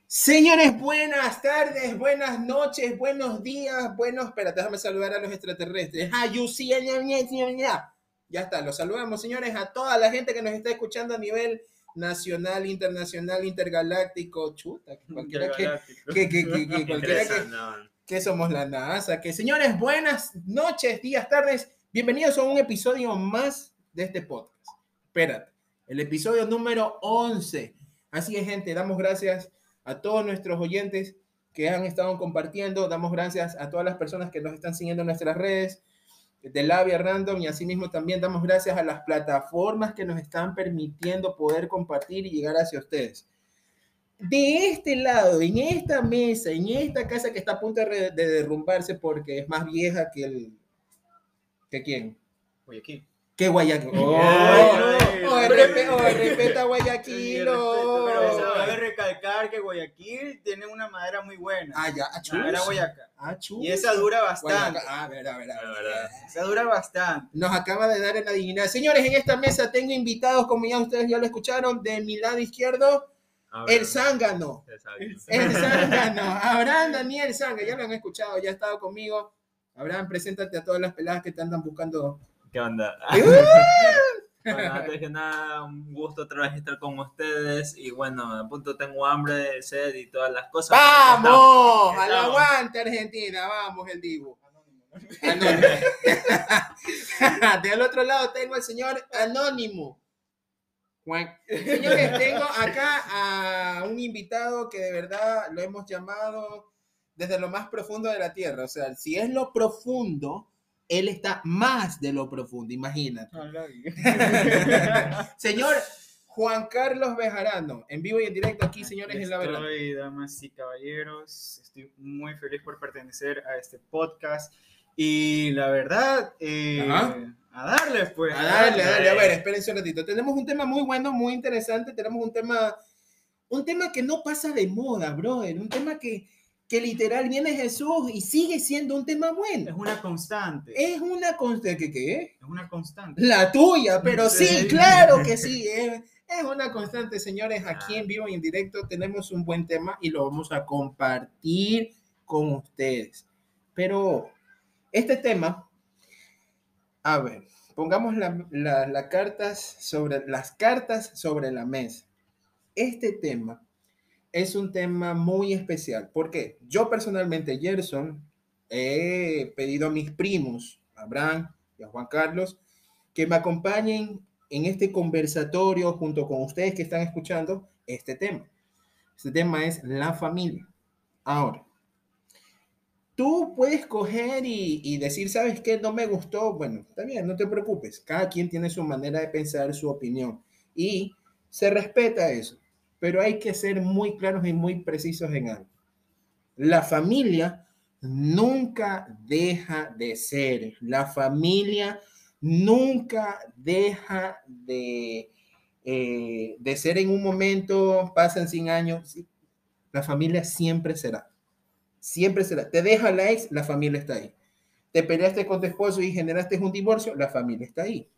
Señores, buenas tardes, buenas noches, buenos días, espérate, déjame saludar a los extraterrestres. Ya está, los saludamos, señores, a toda la gente que nos está escuchando a nivel nacional, internacional, intergaláctico, chuta, cualquiera que somos la NASA, que señores, buenas noches, días, tardes, bienvenidos a un episodio más de este podcast. Espérate, el episodio número 11. Así es, gente, damos gracias a todos nuestros oyentes que han estado compartiendo, damos gracias a todas las personas que nos están siguiendo en nuestras redes de Labia Random, y asimismo también damos gracias a las plataformas que nos están permitiendo poder compartir y llegar hacia ustedes. De este lado, en esta mesa, en esta casa que está a punto de derrumbarse porque es más vieja que el... ¿Que quién? Guayaquil. ¿Qué Guayaquil? Respeta Guayaquil. Pero cabe recalcar que Guayaquil tiene una madera muy buena. Madera Guayaca. Y esa dura bastante. A ver. Esa dura bastante. Nos acaba de dar en la dignidad. Señores, en esta mesa tengo invitados, como ya ustedes ya lo escucharon, de mi lado izquierdo, el zángano. El zángano. Abraham Daniel Zanga, ya lo han escuchado, ya ha estado conmigo. Abraham, preséntate a todas las peladas que te andan buscando. ¿Qué onda? Bueno, antes que nada, un gusto otra vez estar con ustedes. Y bueno, a punto tengo hambre, sed y todas las cosas. ¡Vamos! ¡Al aguante, Argentina! ¡Vamos, el Divo! Anónimo. Del otro lado tengo al señor Anónimo. Señores, tengo acá a un invitado que de verdad lo hemos llamado desde lo más profundo de la tierra. O sea, si es lo profundo, él está más de lo profundo, imagínate. Señor Juan Carlos Bejarano, en vivo y en directo aquí, señores, en La Verdad. Damas y caballeros, estoy muy feliz por pertenecer a este podcast. Y la verdad, a darle, pues. A darle. A ver, espérense un ratito. Tenemos un tema muy bueno, muy interesante. Tenemos un tema que no pasa de moda, brother. Un tema que literal viene Jesús y sigue siendo un tema bueno. Es una constante. Es una constante. ¿Qué? Es una constante. La tuya, pero sí, claro que sí. Es una constante, señores. Aquí en vivo y en directo tenemos un buen tema y lo vamos a compartir con ustedes. Pero este tema, a ver, pongamos las cartas sobre la mesa. Este tema es un tema muy especial. ¿Por qué? Yo personalmente, Gerson, he pedido a mis primos, a Abraham y a Juan Carlos, que me acompañen en este conversatorio junto con ustedes que están escuchando este tema. Este tema es la familia. Ahora, tú puedes coger y decir, ¿sabes qué? No me gustó. Bueno, está bien, no te preocupes. Cada quien tiene su manera de pensar, su opinión. Y se respeta eso. Pero hay que ser muy claros y muy precisos en algo. La familia nunca deja de ser. La familia nunca deja de ser en un momento, pasan 100 años. La familia siempre será. Siempre será. Te deja la ex, la familia está ahí. Te peleaste con tu esposo y generaste un divorcio, la familia está ahí.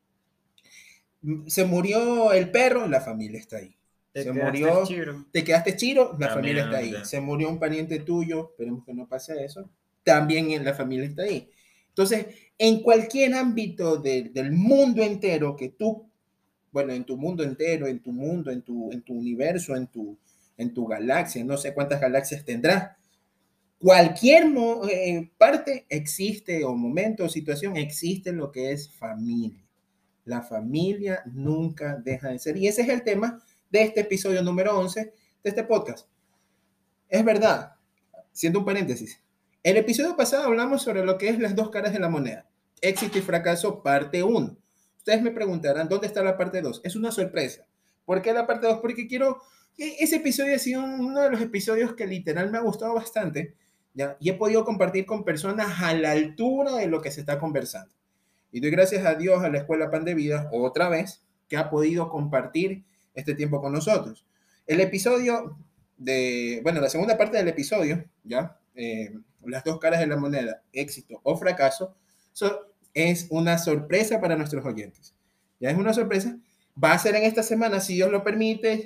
Se murió el perro, la familia está ahí. Te quedaste chiro, la familia está ahí. Se murió un pariente tuyo, esperemos que no pase eso, también la familia está ahí. Entonces, en cualquier ámbito del mundo entero que tú, bueno, en tu mundo entero, en tu mundo, en tu universo, en tu galaxia, no sé cuántas galaxias tendrás, cualquier parte existe, o momento o situación, existe lo que es familia. La familia nunca deja de ser. Y ese es el tema de este episodio número 11 de este podcast. Es verdad, siendo un paréntesis, el episodio pasado hablamos sobre lo que es las dos caras de la moneda. Éxito y fracaso, parte 1. Ustedes me preguntarán, ¿dónde está la parte 2? Es una sorpresa. ¿Por qué la parte 2? Porque ese episodio ha sido uno de los episodios que literal me ha gustado bastante, ¿ya? Y he podido compartir con personas a la altura de lo que se está conversando. Y doy gracias a Dios, a la Escuela Pan de Vida, otra vez, que ha podido compartir este tiempo con nosotros. El episodio la segunda parte del episodio, ¿ya? Las dos caras de la moneda, éxito o fracaso, es una sorpresa para nuestros oyentes. Ya es una sorpresa. Va a ser en esta semana, si Dios lo permite.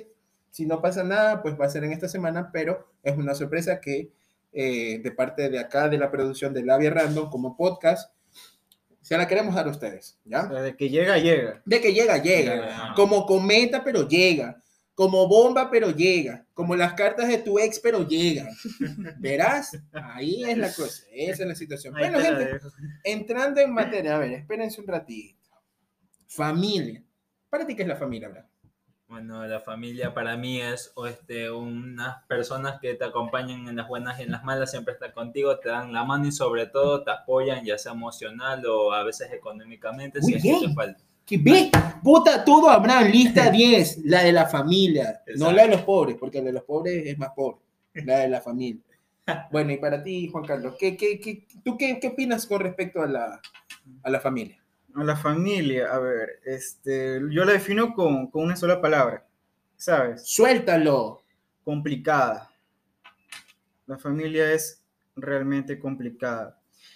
Si no pasa nada, pues va a ser en esta semana, pero es una sorpresa que de parte de acá, de la producción de Labia Random, como podcast, se la queremos dar a ustedes, O ¿ya? sea, de que llega, llega. De que llega. Llega. Como cometa, pero llega. Como bomba, pero llega. Como las cartas de tu ex, pero llegan. ¿Verás? Ahí es la cosa. Esa es la situación. Ahí Bueno, te la gente, dejo. entrando en materia, a ver, espérense un ratito. Familia. ¿Para ti qué es la familia, Bra? Bueno, la familia para mí es unas personas que te acompañan en las buenas y en las malas, siempre están contigo, te dan la mano y sobre todo te apoyan, ya sea emocional o a veces económicamente, si Muy es que te bien. falta. ¿Qué ve? Puta, todo habrá lista 10, la de la familia, no Exacto. la de los pobres, porque la de los pobres es más pobre, la de la familia. Bueno, y para ti, Juan Carlos, ¿tú qué opinas con respecto a la familia? A la familia, a ver, yo la defino con una sola palabra, ¿sabes? Suéltalo. Complicada. La familia es realmente complicada.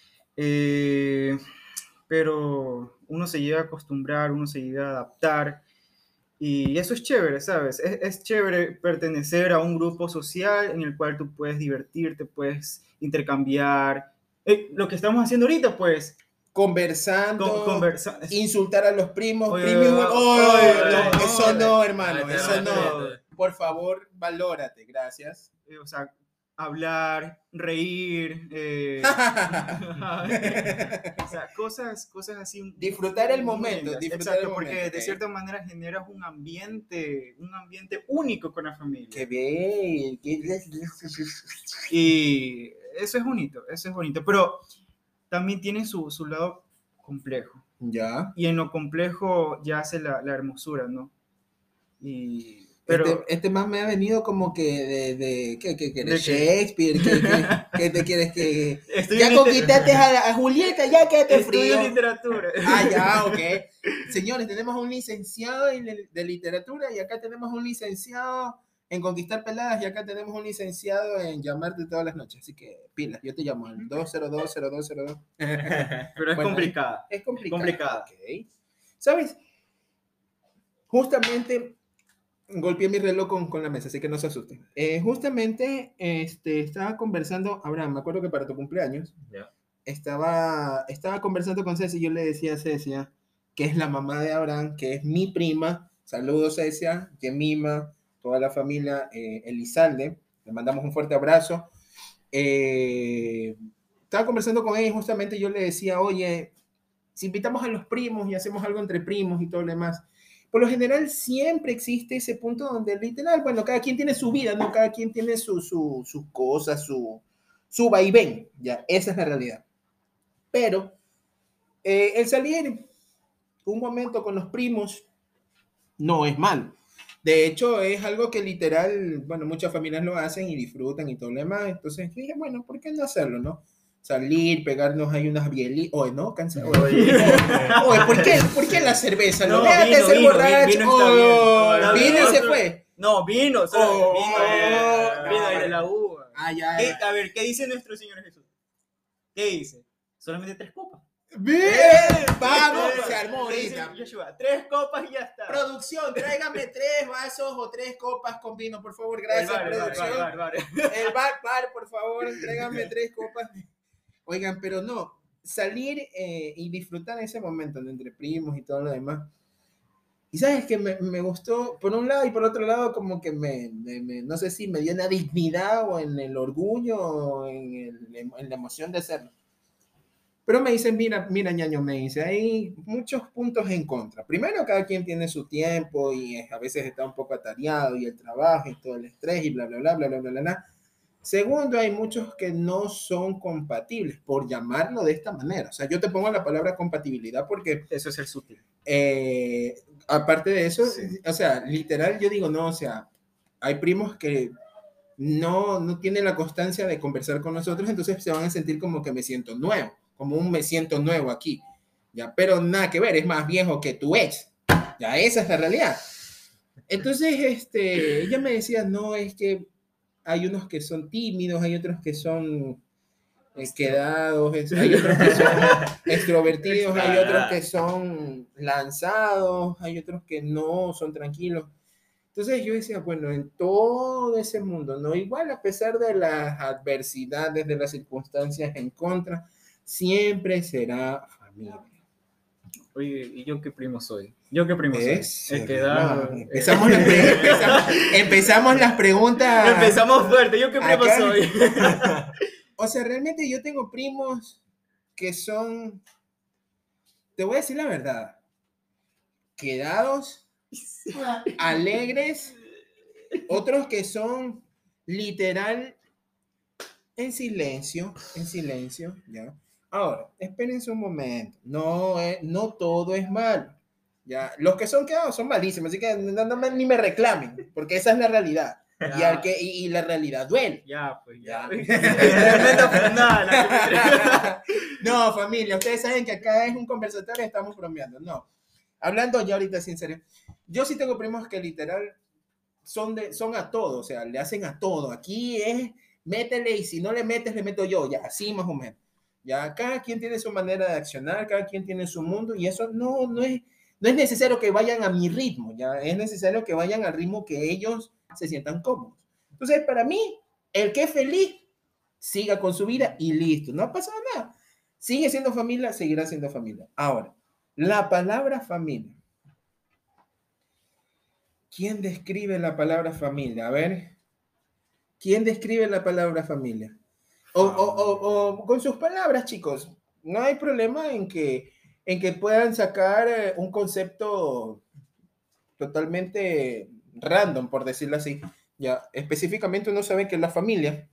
Pero uno se llega a acostumbrar, uno se llega a adaptar y eso es chévere, ¿sabes? Es chévere pertenecer a un grupo social en el cual tú puedes divertirte, puedes intercambiar. Lo que estamos haciendo ahorita, pues, Conversando, conversar. insultar a los primos, Oye, primos, oye, no, oye, eso no, hermano, Ay, te eso no. respeto. Por favor, valórate, gracias. O sea, hablar, reír, o sea, cosas así. Disfrutar el muy momento, lindas. disfrutar Exacto, el porque momento, de ok. cierta manera generas un ambiente único con la familia. Qué bien. Y eso es bonito, pero también tiene su lado complejo. Ya. Y en lo complejo ya hace la hermosura, ¿no? Pero, Este más me ha venido como que ¿qué ¿de eres? qué? Shakespeare, ¿qué te quieres que...? Estudio Ya liter- conquistaste a Julieta, ya quédate Estudio frío. literatura. Ah, ya, ok. Señores, tenemos un licenciado de literatura y acá tenemos un licenciado en conquistar peladas y acá tenemos un licenciado en llamarte todas las noches. Así que pilas, yo te llamo al 2020202. Pero es Bueno, complicada. es complicado. Complicada. Ok. ¿Sabes? Justamente golpeé mi reloj con la mesa, así que no se asusten. Justamente estaba conversando, Abraham, me acuerdo que para tu cumpleaños, Ya. estaba conversando con Ceci y yo le decía a Cecia, que es la mamá de Abraham, que es mi prima, saludos Cecia, Yemima, toda la familia Elizalde, le mandamos un fuerte abrazo. Estaba conversando con ella y justamente yo le decía, oye, si invitamos a los primos y hacemos algo entre primos y todo lo demás, por lo general siempre existe ese punto donde literal, bueno, cada quien tiene su vida, ¿no? Cada quien tiene sus cosas, su vaivén, ya, esa es la realidad. Pero el salir un momento con los primos no es mal. De hecho, es algo que literal, bueno, muchas familias lo hacen y disfrutan y todo lo demás. Entonces dije, bueno, ¿por qué no hacerlo, no? Salir, pegarnos ahí unas bielitas. Oye, ¿no? Cansado. Oye, ¿por qué la cerveza? No, Déjate de ser borracho. vino está bien. Oh, No, vino y se otro- fue. No, vino, solo Oh, vino no. de la uva. Ah, ya. A ver, ¿qué dice nuestro Señor Jesús? ¿Qué dice? Solamente 3 copas. Bien, vamos, se armó ¿Qué dice ahorita. Yoshua? 3 copas y ya está. Producción, tráigame 3 vasos o 3 copas con vino, por favor. Gracias, producción. El bar, por favor, tráigame 3 copas. Oigan, pero no, salir y disfrutar ese momento ¿no? entre primos y todo lo demás. Y sabes que me gustó, por un lado y por otro lado, como que no sé si me dio en la dignidad o en el orgullo o en la emoción de hacerlo. Pero me dicen, mira, ñaño, me dice, hay muchos puntos en contra. Primero, cada quien tiene su tiempo y a veces está un poco atareado y el trabajo y todo el estrés y bla, bla, bla, bla, bla, bla, bla, bla. Segundo, hay muchos que no son compatibles, por llamarlo de esta manera. O sea, yo te pongo la palabra compatibilidad porque... Eso es el sutil. Aparte de eso, Sí. o sea, literal, yo digo, no, o sea, hay primos que no tienen la constancia de conversar con nosotros, entonces se van a sentir como que me siento nuevo, como un me siento nuevo aquí, ya, pero nada que ver, es más viejo que tu ex, ya, esa es la realidad. Entonces, ella me decía, no, es que hay unos que son tímidos, hay otros que son quedados, hay otros que son extrovertidos, hay otros que son lanzados, hay otros que no son tranquilos. Entonces yo decía, bueno, en todo ese mundo, no igual a pesar de las adversidades, de las circunstancias en contra, siempre será familia. Oye, ¿y yo qué primo soy? ¿Yo qué primo soy? Es, El que da... empezamos las preguntas. Empezamos fuerte, ¿yo qué primo acá. soy? O sea, realmente yo tengo primos que son, te voy a decir la verdad, quedados, alegres, otros que son literal en silencio, ¿ya? Ahora, espérense un momento, no todo es malo, ¿ya? Los que son quedados son malísimos, así que ni me reclamen, porque esa es la realidad. Y la realidad duele. Ya, pues ya. Tremenda funada. No, familia, ustedes saben que acá es un conversatorio, estamos bromeando. No, hablando ya ahorita sin serio, yo sí tengo primos que literal son a todo, o sea, le hacen a todo. Aquí es métele y si no le metes, le meto yo, ya, así más o menos. Ya, cada quien tiene su manera de accionar, cada quien tiene su mundo y eso no es necesario que vayan a mi ritmo, ya, es necesario que vayan al ritmo que ellos se sientan cómodos. Entonces, para mí, el que es feliz, siga con su vida y listo, no ha pasado nada. Sigue siendo familia, seguirá siendo familia. Ahora, la palabra familia. ¿Quién describe la palabra familia? A ver, ¿quién describe la palabra familia? O con sus palabras, chicos. No hay problema en que puedan sacar un concepto totalmente random, por decirlo así. Ya, específicamente uno sabe que la familia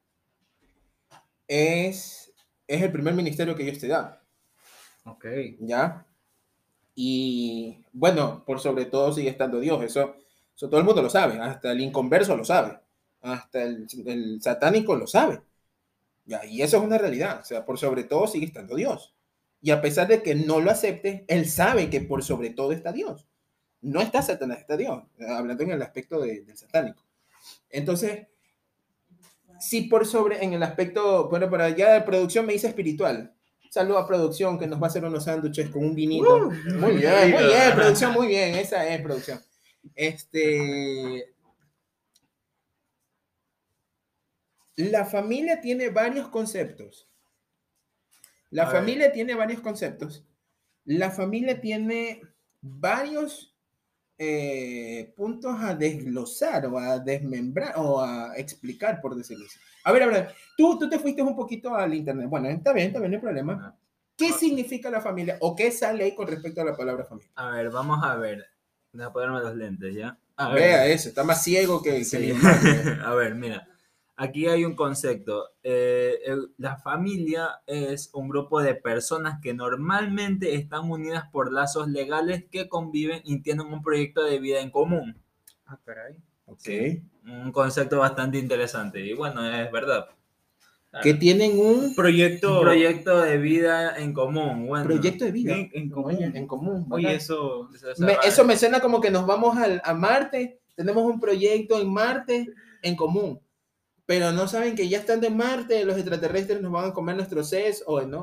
es el primer ministerio que Dios te da. Ok. ¿Ya? Y bueno, por sobre todo sigue estando Dios. Eso todo el mundo lo sabe. Hasta el inconverso lo sabe. Hasta el satánico lo sabe. ¿Ya? Y eso es una realidad. O sea, por sobre todo sigue estando Dios. Y a pesar de que no lo acepte, él sabe que por sobre todo está Dios. No está Satanás, está Dios. Hablando en el aspecto del satánico. Entonces, si por sobre, en el aspecto, bueno, para allá de producción me dice espiritual. Saludos a producción que nos va a hacer unos sándwiches con un vinito. Muy bien, producción, muy bien. Esa es producción. La familia tiene varios conceptos. La familia tiene varios puntos a desglosar o a desmembrar o a explicar, por decirlo así. A ver, tú te fuiste un poquito al internet. Bueno, está bien, no hay problema. ¿Qué significa la familia o qué sale ahí con respecto a la palabra familia? A ver, vamos a ver. Voy a ponerme los lentes, ¿ya? Vea eso, está más ciego que sí. A ver, mira. Aquí hay un concepto. La familia es un grupo de personas que normalmente están unidas por lazos legales que conviven y tienen un proyecto de vida en común. Ah, caray. Ok. Sí, un concepto bastante interesante. Y bueno, es verdad. Claro. Que tienen un proyecto de vida en común. Bueno, proyecto de vida en común. En común. Oye, eso me suena como que nos vamos a Marte. Tenemos un proyecto en Marte en común. Pero no saben que ya estando en Marte, los extraterrestres nos van a comer nuestros sesos, o no.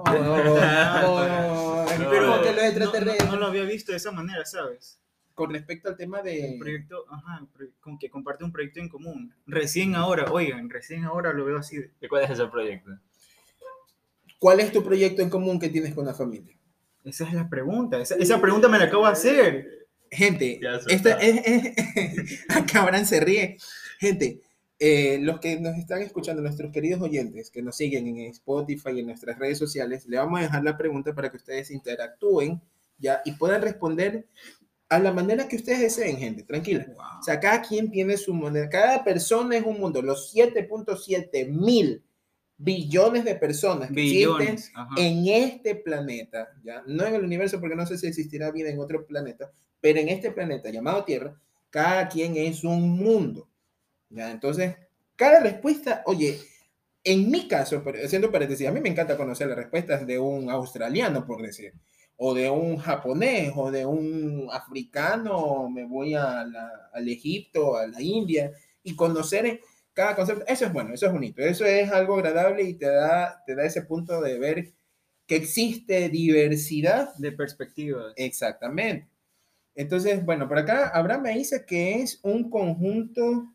Pero que los extraterrestres... No lo había visto de esa manera, ¿sabes? Con respecto al tema de... Un proyecto, con que comparte un proyecto en común. Recién ahora lo veo así. ¿Y cuál es ese proyecto? ¿Cuál es tu proyecto en común que tienes con la familia? Esa es la pregunta. Esa pregunta me la acabo de hacer. Gente, acá Abraham se ríe. Gente, los que nos están escuchando, nuestros queridos oyentes que nos siguen en Spotify y en nuestras redes sociales, le vamos a dejar la pregunta para que ustedes interactúen ya y puedan responder a la manera que ustedes deseen, gente, tranquila. Wow. O sea, cada quien tiene su manera, cada persona es un mundo. Los 7.7 mil billones de personas que existen en este planeta, ya no en el universo, porque no sé si existirá vida en otro planeta, pero en este planeta llamado Tierra, cada quien es un mundo. ¿Ya? Entonces, cada respuesta, oye, en mi caso, haciendo paréntesis, a mí me encanta conocer las respuestas de un australiano, por decir, o de un japonés, o de un africano, me voy al Egipto, a la India, y conocer cada concepto. Eso es bueno, eso es bonito, eso es algo agradable y te da ese punto de ver que existe diversidad de perspectivas. Exactamente. Entonces, bueno, por acá Abraham me dice que es un conjunto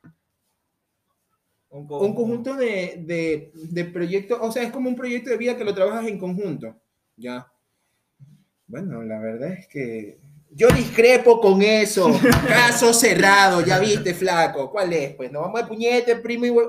de proyectos, o sea, es como un proyecto de vida que lo trabajas en conjunto. Ya. Bueno, la verdad es que yo discrepo con eso. Caso cerrado, ya viste, flaco. ¿Cuál es? Pues no vamos de puñete, primo y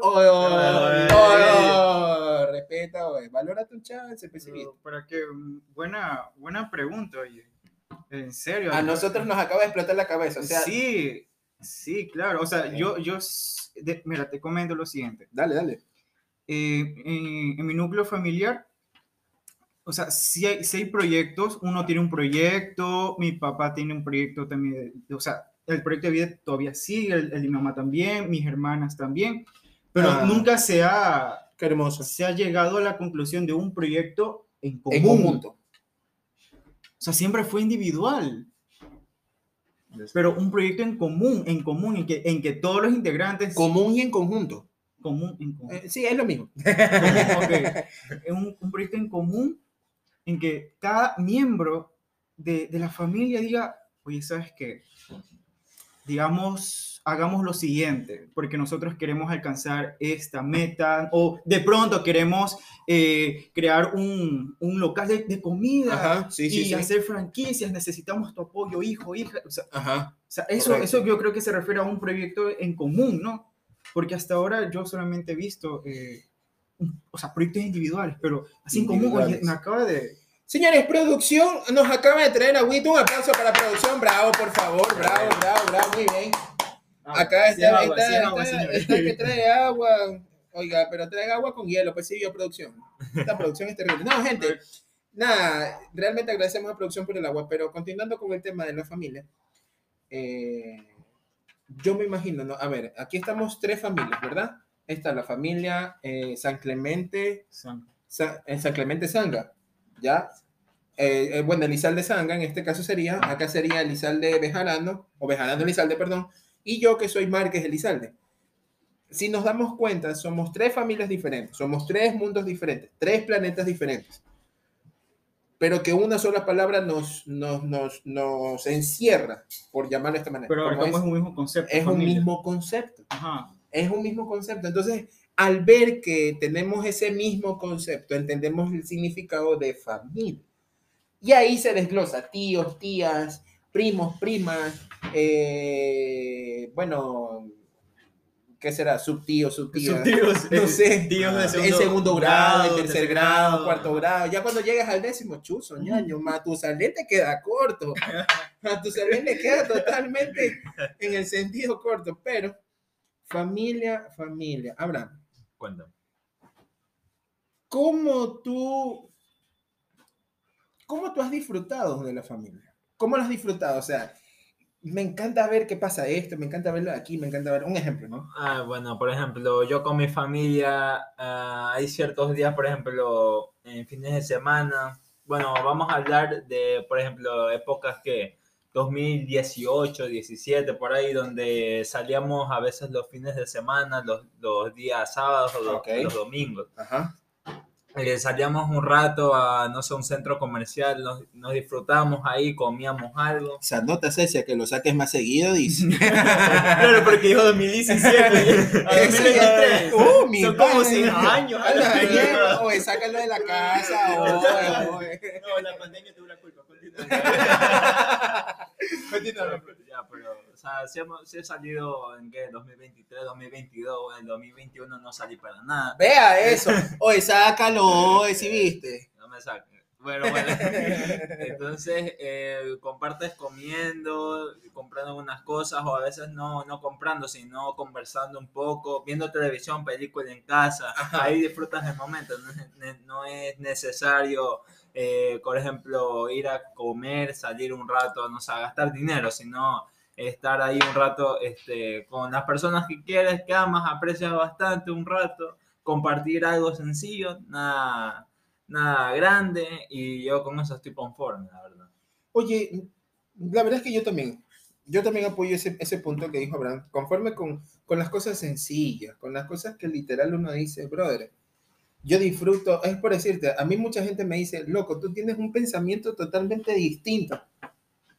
respeta, oye. Valora tu chance, pesimista. ¿Para qué? Buena pregunta, oye. En serio. A nosotros nos acaba de explotar la cabeza, o sea. Sí, claro. O sea, mira, te comento lo siguiente. Dale. En mi núcleo familiar, o sea, si hay proyectos, uno tiene un proyecto, mi papá tiene un proyecto también, o sea, el proyecto de vida todavía sigue, el de mi mamá también, mis hermanas también, pero nunca qué hermoso. se ha llegado a la conclusión de un proyecto en En conjunto. O sea, siempre fue individual. Pero un proyecto en común, en que todos los integrantes... Común y en conjunto. Común. Sí, es lo mismo. Okay. Un proyecto en común en que cada miembro de la familia diga, oye, ¿sabes qué? Digamos, hagamos lo siguiente, porque nosotros queremos alcanzar esta meta, o de pronto queremos crear un local de comida. Ajá, sí. Hacer franquicias, necesitamos tu apoyo, hijo, hija. O sea, ajá, o sea, eso yo creo que se refiere a un proyecto en común, ¿no? Porque hasta ahora yo solamente he visto, o sea, proyectos individuales, pero así en común, oye, me acaba de... Señores, producción nos acaba de traer agüita. Un aplauso para producción. Bravo, por favor. Bravo. Muy bien. Acá está que trae agua. Oiga, pero trae agua con hielo. Pues sí, yo producción. Esta producción es terrible. No, gente. Nada, realmente agradecemos a producción por el agua. Pero continuando con el tema de la familia. Yo me imagino, ¿no? A ver, aquí estamos 3 familias, ¿verdad? Está la familia San Clemente Sanga, ¿ya? Bueno, Elizalde Sanga, en este caso acá sería Elizalde Bejarano, o Bejarano Elizalde, perdón, y yo que soy Márquez Elizalde. Si nos damos cuenta, somos 3 familias diferentes, somos 3 mundos diferentes, 3 planetas diferentes, pero que una sola palabra nos encierra, por llamarlo de esta manera. Pero es un mismo concepto. Es familia. Un mismo concepto. Ajá. Es un mismo concepto. Entonces, al ver que tenemos ese mismo concepto, entendemos el significado de familia. Y ahí se desglosa tíos, tías, primos, primas, bueno, ¿qué será? Subtíos, no sé. Tíos de segundo grado, de tercer grado, cuarto grado. Ya cuando llegas al 10º, chuzo, ñaño, Matusalén te queda corto. Matusalén le queda totalmente en el sentido corto, pero familia. Abraham. Cuéntame. ¿Cómo tú has disfrutado de la familia? ¿Cómo lo has disfrutado? O sea, me encanta ver qué pasa esto, me encanta verlo aquí, me encanta ver un ejemplo, ¿no? Bueno, por ejemplo, yo con mi familia, hay ciertos días, por ejemplo, en fines de semana, bueno, vamos a hablar de, por ejemplo, épocas que 2018, 17, por ahí, donde salíamos a veces los fines de semana, los días sábados o los domingos. Ajá. Salíamos un rato a, no sé, un centro comercial, nos disfrutamos ahí, comíamos algo. Esa nota Cecia, que lo saques más seguido, dice. Claro, porque dijo 2017. A 2023. Son como 5 años. Oye, sácalo de la casa. No, la pandemia tuvo la culpa. Continúa. Ya, pero, o sea, sí he salido en ¿qué? 2023, 2022, en 2021 no salí para nada. Vea eso. Oye, sácalo, oye, si viste. No me saquen. Bueno. Entonces, compartes comiendo, comprando unas cosas, o a veces no comprando, sino conversando un poco, viendo televisión, película en casa. Ajá. Ahí disfrutas el momento. No es necesario, por ejemplo, ir a comer, salir un rato, no sé, a gastar dinero, sino estar ahí un rato con las personas que quieres, que amas, aprecias bastante un rato, compartir algo sencillo, nada grande, y yo con eso estoy conforme, la verdad. Oye, la verdad es que yo también apoyo ese punto que dijo Abraham, conforme con las cosas sencillas, con las cosas que literal uno dice, brother, yo disfruto, es por decirte, a mí mucha gente me dice, loco, tú tienes un pensamiento totalmente distinto.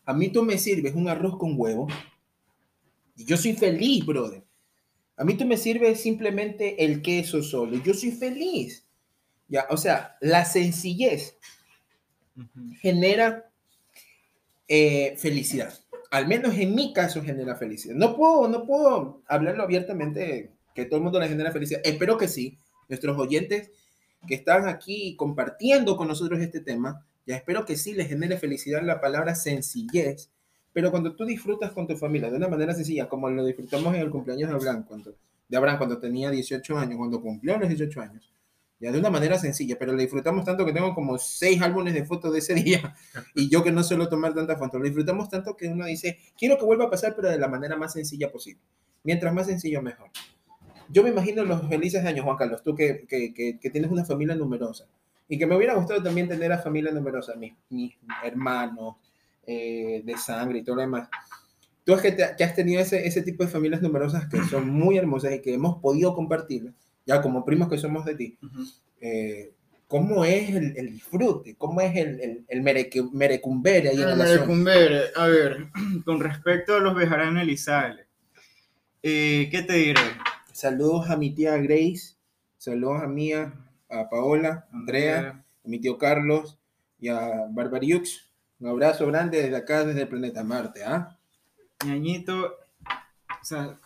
A mí tú me sirves un arroz con huevo y yo soy feliz, brother. A mí tú me sirves simplemente el queso solo y yo soy feliz. Ya, o sea, la sencillez genera felicidad. Al menos en mi caso genera felicidad. No puedo hablarlo abiertamente que todo el mundo le genera felicidad. Espero que sí. Nuestros oyentes que están aquí compartiendo con nosotros este tema, ya espero que sí les genere felicidad la palabra sencillez. Pero cuando tú disfrutas con tu familia de una manera sencilla, como lo disfrutamos en el cumpleaños de Abraham cuando tenía 18 años, cuando cumplió los 18 años, ya de una manera sencilla, pero le disfrutamos tanto que tengo como 6 álbumes de fotos de ese día y yo que no suelo tomar tantas fotos, lo disfrutamos tanto que uno dice, quiero que vuelva a pasar, pero de la manera más sencilla posible. Mientras más sencillo, mejor. Yo me imagino los felices años, Juan Carlos, tú que tienes una familia numerosa y que me hubiera gustado también tener a familia numerosa, mis hermanos de sangre y todo lo demás. Tú es que has tenido ese tipo de familias numerosas que son muy hermosas y que hemos podido compartir, ya como primos que somos de ti. ¿Cómo es el disfrute? ¿Cómo es el merecumbere ahí en el merecumbere, a ver, con respecto a los Bejarano Elizalde, ¿qué te diré? Saludos a mi tía Grace, saludos a Mía, a Paola, a Andrea, a mi tío Carlos y a Barbariux. Un abrazo grande desde acá, desde el planeta Marte, ¿ah? Ñañito, o sea,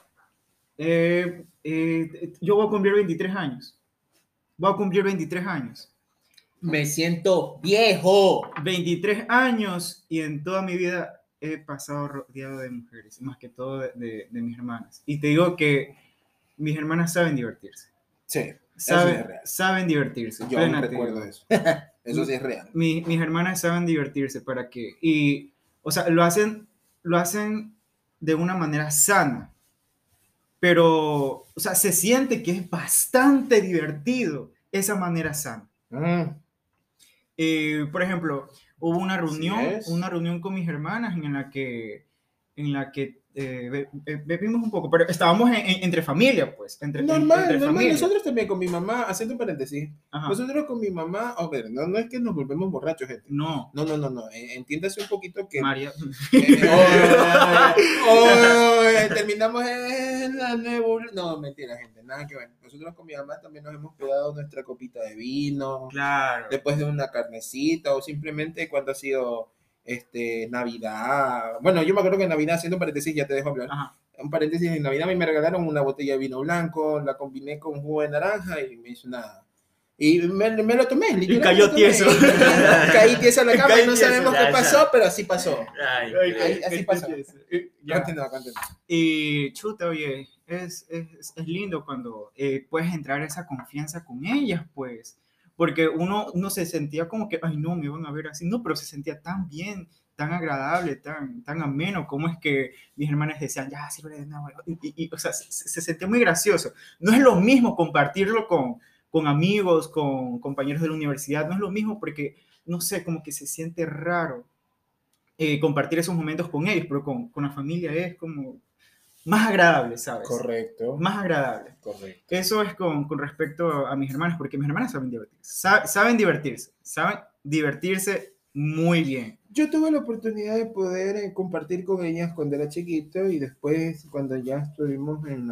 yo voy a cumplir 23 años. Voy a cumplir 23 años. Me siento viejo. 23 años y en toda mi vida he pasado rodeado de mujeres, más que todo de mis hermanas. Y te digo que mis hermanas saben divertirse. Sí, saben divertirse. Yo aún recuerdo eso. Eso sí es real. Mis hermanas saben divertirse, ¿para qué? Y, o sea, lo hacen de una manera sana. Pero, o sea, se siente que es bastante divertido esa manera sana. Por ejemplo, hubo una reunión con mis hermanas en la que bebimos un poco, pero estábamos entre familia, pues. Normal. Nosotros también con mi mamá, haciendo un paréntesis, nosotros con mi mamá, a ver, no es que nos volvemos borrachos, gente. No. Entiéndase un poquito que... María. Terminamos en la nebula. No, mentira, gente, nada que ver. Nosotros con mi mamá también nos hemos quedado nuestra copita de vino. Claro. Después de una carnecita o simplemente cuando ha sido... Navidad. Bueno, yo me acuerdo que en Navidad, haciendo un paréntesis, ya te dejo hablar. Un paréntesis, en Navidad a mí me regalaron una botella de vino blanco, la combiné con jugo de naranja y me hizo nada. Y me lo tomé. Y cayó tieso. Caí tieso en la cama y no sabemos qué pasó, pero así pasó. Así pasó. Continúa. Y chuta, oye, es lindo cuando puedes entrar a esa confianza con ellas, pues. Porque uno se sentía como que, ay, no, me van a ver así. No, pero se sentía tan bien, tan agradable, tan ameno. Como es que mis hermanas decían, ya, sirve de nada. O sea, se sentía muy gracioso. No es lo mismo compartirlo con amigos, con compañeros de la universidad. No es lo mismo porque, no sé, como que se siente raro compartir esos momentos con ellos. Pero con la familia es como... más agradable, ¿sabes? Correcto. Más agradable. Correcto. Eso es con respecto a mis hermanas, porque mis hermanas saben divertirse. Saben divertirse muy bien. Yo tuve la oportunidad de poder compartir con ellas cuando era chiquito y después cuando ya estuvimos en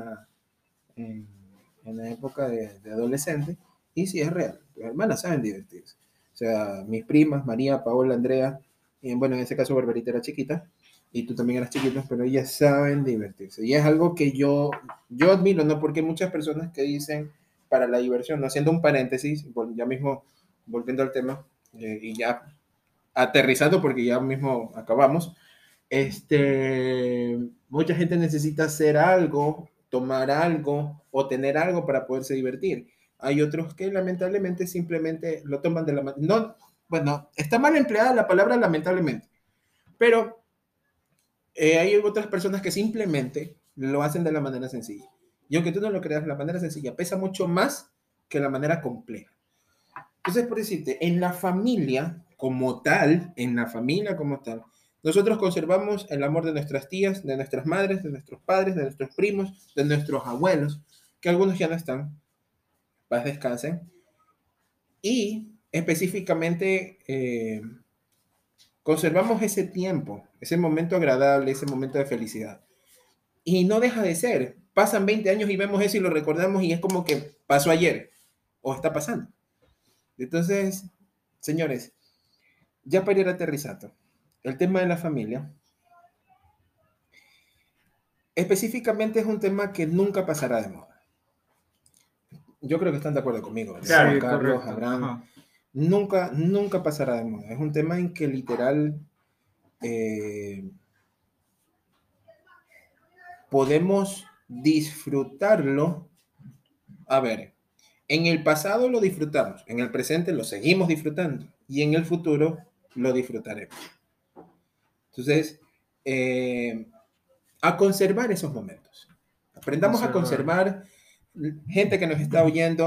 la época de adolescente. Y sí, es real. Mis hermanas saben divertirse. O sea, mis primas, María, Paola, Andrea, y bueno, en ese caso Barbarita era chiquita. Y tú también eras chiquito, pero ellas saben divertirse. Y es algo que yo admiro, ¿no? Porque hay muchas personas que dicen para la diversión, ¿no? Haciendo un paréntesis, ya mismo volviendo al tema, y ya aterrizando porque ya mismo acabamos, mucha gente necesita hacer algo, tomar algo o tener algo para poderse divertir. Hay otros que lamentablemente simplemente lo toman de la mano. No, bueno, está mal empleada la palabra lamentablemente, pero hay otras personas que simplemente lo hacen de la manera sencilla. Y aunque tú no lo creas, la manera sencilla pesa mucho más que la manera compleja. Entonces, por decirte, en la familia como tal, nosotros conservamos el amor de nuestras tías, de nuestras madres, de nuestros padres, de nuestros primos, de nuestros abuelos, que algunos ya no están, paz descansen. Y específicamente conservamos ese tiempo, ese momento agradable, ese momento de felicidad. Y no deja de ser. Pasan 20 años y vemos eso y lo recordamos y es como que pasó ayer o está pasando. Entonces, señores, ya para ir aterrizando, el tema de la familia específicamente es un tema que nunca pasará de moda. Yo creo que están de acuerdo conmigo, ¿verdad? Claro, Juan Carlos, correcto. Abraham. Ajá. Nunca pasará de moda. Es un tema en que literal podemos disfrutarlo. A ver, en el pasado lo disfrutamos, en el presente lo seguimos disfrutando y en el futuro lo disfrutaremos. Entonces, a conservar esos momentos. Aprendamos a conservar, gente que nos está oyendo,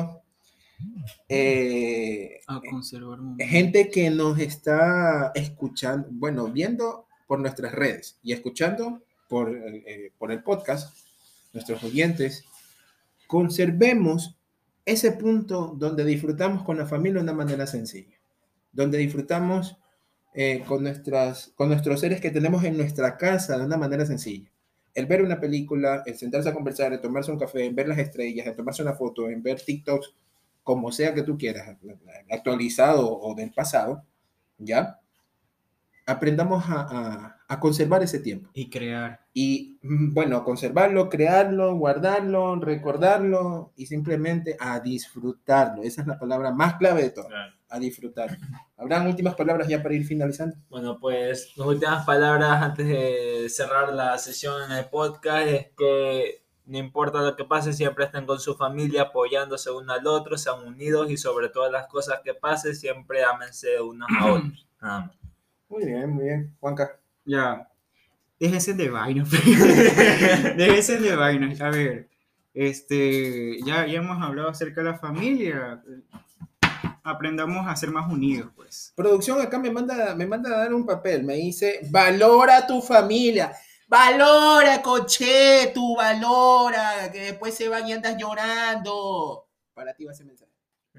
A conservar momentos. gente que nos está escuchando, bueno, viendo por nuestras redes y escuchando por el podcast, nuestros oyentes, conservemos ese punto donde disfrutamos con la familia de una manera sencilla, donde disfrutamos con nuestros seres que tenemos en nuestra casa de una manera sencilla. El ver una película, el sentarse a conversar, el tomarse un café, en ver las estrellas, el tomarse una foto, en ver TikToks, como sea que tú quieras, actualizado o del pasado, ¿ya? Aprendamos a conservar ese tiempo. Y crear. Y bueno, conservarlo, crearlo, guardarlo, recordarlo y simplemente a disfrutarlo. Esa es la palabra más clave de todo, Claro. a disfrutar. ¿Habrán últimas palabras ya para ir finalizando? Bueno, pues las últimas palabras antes de cerrar la sesión en el podcast es que no importa lo que pase, siempre estén con su familia apoyándose uno al otro, sean unidos y sobre todas las cosas que pase, siempre ámense unos a otros. Nada más. Muy bien, Juanca. Ya. Déjense de vainas. Déjense de vainas. A ver, ya hemos hablado acerca de la familia. Aprendamos a ser más unidos, pues. Producción acá me manda a dar un papel, me dice, valora tu familia. Valora, coche, tú valora, que después se van y andas llorando. Para ti va ese mensaje.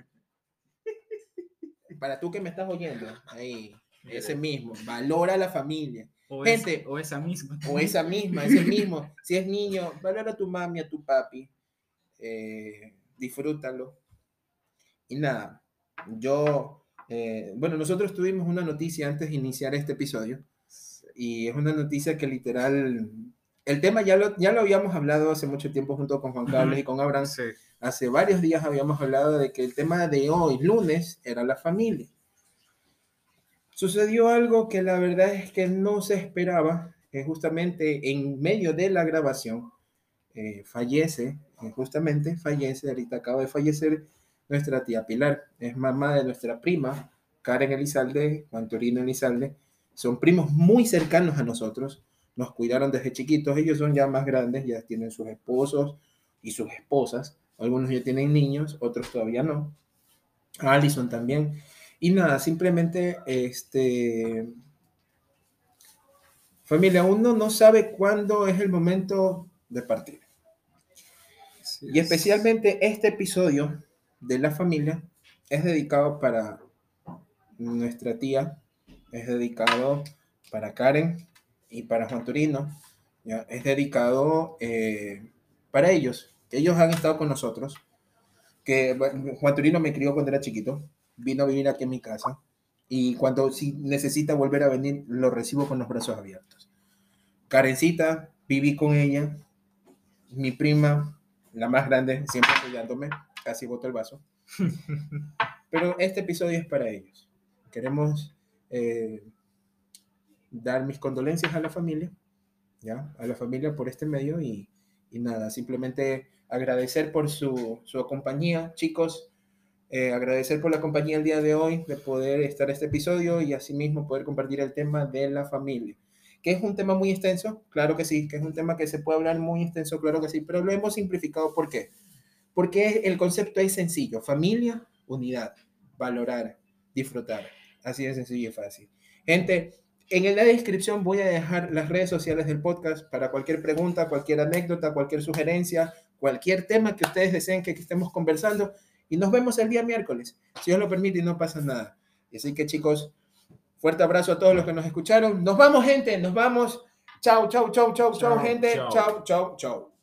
Para tú que me estás oyendo, ahí, ese mismo, valora la familia. Gente, O esa misma. o ese mismo. Si es niño, valora a tu mami, a tu papi. Disfrútalo. Y nada, bueno, nosotros tuvimos una noticia antes de iniciar este episodio. Y es una noticia que literal, el tema ya lo habíamos hablado hace mucho tiempo junto con Juan Carlos y con Abraham. Sí. Hace varios días habíamos hablado de que el tema de hoy, lunes, era la familia. Sucedió algo que la verdad es que no se esperaba, justamente en medio de la grabación, fallece, ahorita acaba de fallecer nuestra tía Pilar, es mamá de nuestra prima, Karen Elizalde, Juan Torino Elizalde, son primos muy cercanos a nosotros, nos cuidaron desde chiquitos, ellos son ya más grandes, ya tienen sus esposos y sus esposas, algunos ya tienen niños, otros todavía no, Alison también. Y nada, simplemente, familia, uno no sabe cuándo es el momento de partir. Sí, Y especialmente este episodio de la familia es dedicado para nuestra tía, es dedicado para Karen y para Juan Torino, ¿ya? Es dedicado para ellos, que ellos han estado con nosotros, que Juan Torino me crió cuando era chiquito, vino a vivir aquí en mi casa y cuando si necesita volver a venir lo recibo con los brazos abiertos. Karencita, viví con ella, mi prima, la más grande, siempre apoyándome, casi boto el vaso. Pero este episodio es para ellos. Queremos dar mis condolencias a la familia, ¿ya? A la familia por este medio y nada, simplemente agradecer por su compañía, chicos. Agradecer por la compañía el día de hoy, de poder estar en este episodio y asimismo poder compartir el tema de la familia, que es un tema muy extenso, claro que sí, que es un tema que se puede hablar muy extenso, claro que sí, pero lo hemos simplificado. ¿Por qué? Porque el concepto es sencillo, familia, unidad, valorar, disfrutar, así de sencillo y fácil. Gente, en la descripción voy a dejar las redes sociales del podcast para cualquier pregunta, cualquier anécdota, cualquier sugerencia, cualquier tema que ustedes deseen que estemos conversando. Y nos vemos el día miércoles, si Dios lo permite y no pasa nada. Así que chicos, Fuerte abrazo a todos los que nos escucharon. Nos vamos, gente, nos vamos. Chau, chau, chau, chau, chau, Chau, gente. chau. Chau, chau, chau.